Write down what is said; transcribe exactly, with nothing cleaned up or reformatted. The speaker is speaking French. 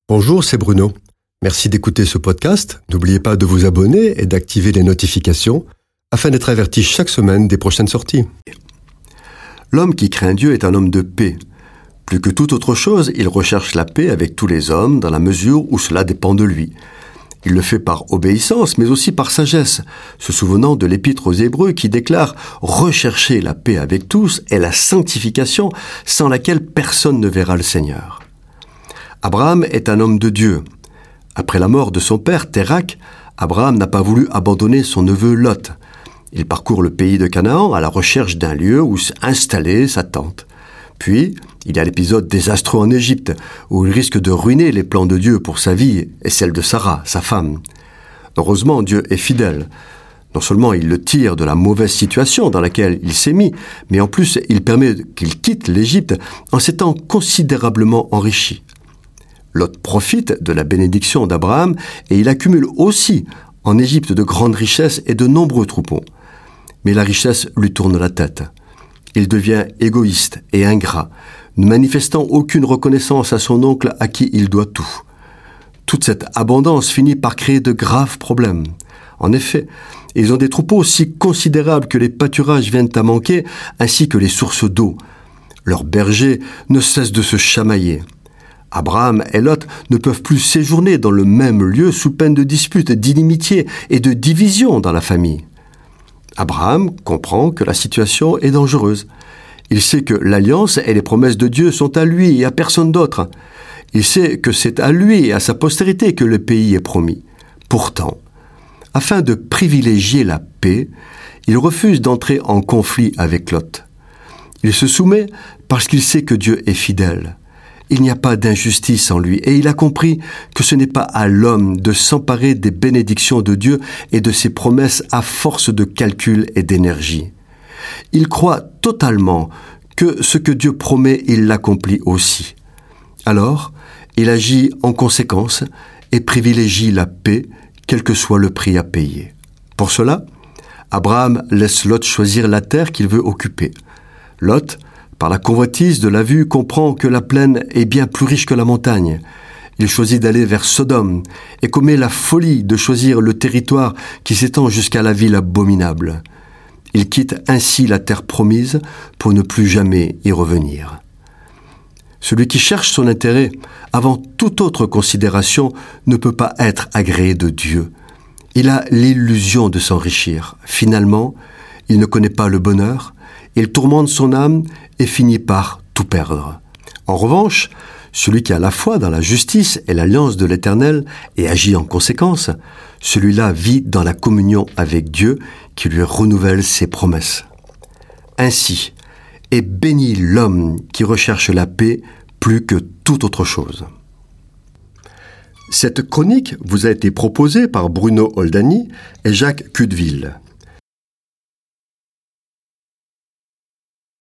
Bonjour, c'est Bruno. Merci d'écouter ce podcast. N'oubliez pas de vous abonner et d'activer les notifications afin d'être averti chaque semaine des prochaines sorties. L'homme qui craint Dieu est un homme de paix. Plus que toute autre chose, il recherche la paix avec tous les hommes dans la mesure où cela dépend de lui. Il le fait par obéissance, mais aussi par sagesse, se souvenant de l'Épître aux Hébreux qui déclare « Rechercher la paix avec tous est la sanctification sans laquelle personne ne verra le Seigneur ». Abraham est un homme de Dieu. Après la mort de son père, Térak, Abraham n'a pas voulu abandonner son neveu Lot. Il parcourt le pays de Canaan à la recherche d'un lieu où installer sa tente. Puis, il y a l'épisode désastreux en Égypte, où il risque de ruiner les plans de Dieu pour sa vie et celle de Sarah, sa femme. Heureusement, Dieu est fidèle. Non seulement il le tire de la mauvaise situation dans laquelle il s'est mis, mais en plus, il permet qu'il quitte l'Égypte en s'étant considérablement enrichi. Lot profite de la bénédiction d'Abraham et il accumule aussi en Égypte de grandes richesses et de nombreux troupeaux. Mais la richesse lui tourne la tête. Il devient égoïste et ingrat, ne manifestant aucune reconnaissance à son oncle à qui il doit tout. Toute cette abondance finit par créer de graves problèmes. En effet, ils ont des troupeaux si considérables que les pâturages viennent à manquer, ainsi que les sources d'eau. Leurs bergers ne cessent de se chamailler. Abraham et Lot ne peuvent plus séjourner dans le même lieu sous peine de disputes, d'inimitié et de division dans la famille. Abraham comprend que la situation est dangereuse. Il sait que l'alliance et les promesses de Dieu sont à lui et à personne d'autre. Il sait que c'est à lui et à sa postérité que le pays est promis. Pourtant, afin de privilégier la paix, il refuse d'entrer en conflit avec Lot. Il se soumet parce qu'il sait que Dieu est fidèle. Il n'y a pas d'injustice en lui et il a compris que ce n'est pas à l'homme de s'emparer des bénédictions de Dieu et de ses promesses à force de calcul et d'énergie. Il croit totalement que ce que Dieu promet, il l'accomplit aussi. Alors, il agit en conséquence et privilégie la paix, quel que soit le prix à payer. Pour cela, Abraham laisse Lot choisir la terre qu'il veut occuper. Lot, par la convoitise de la vue, comprend que la plaine est bien plus riche que la montagne. Il choisit d'aller vers Sodome et commet la folie de choisir le territoire qui s'étend jusqu'à la ville abominable. Il quitte ainsi la terre promise pour ne plus jamais y revenir. Celui qui cherche son intérêt avant toute autre considération ne peut pas être agréé de Dieu. Il a l'illusion de s'enrichir. Finalement, il ne connaît pas le bonheur, il tourmente son âme et finit par tout perdre. En revanche, celui qui a la foi dans la justice et l'alliance de l'Éternel et agit en conséquence, celui-là vit dans la communion avec Dieu qui lui renouvelle ses promesses. Ainsi est béni l'homme qui recherche la paix plus que toute autre chose. Cette chronique vous a été proposée par Bruno Oldani et Jacques Cudeville.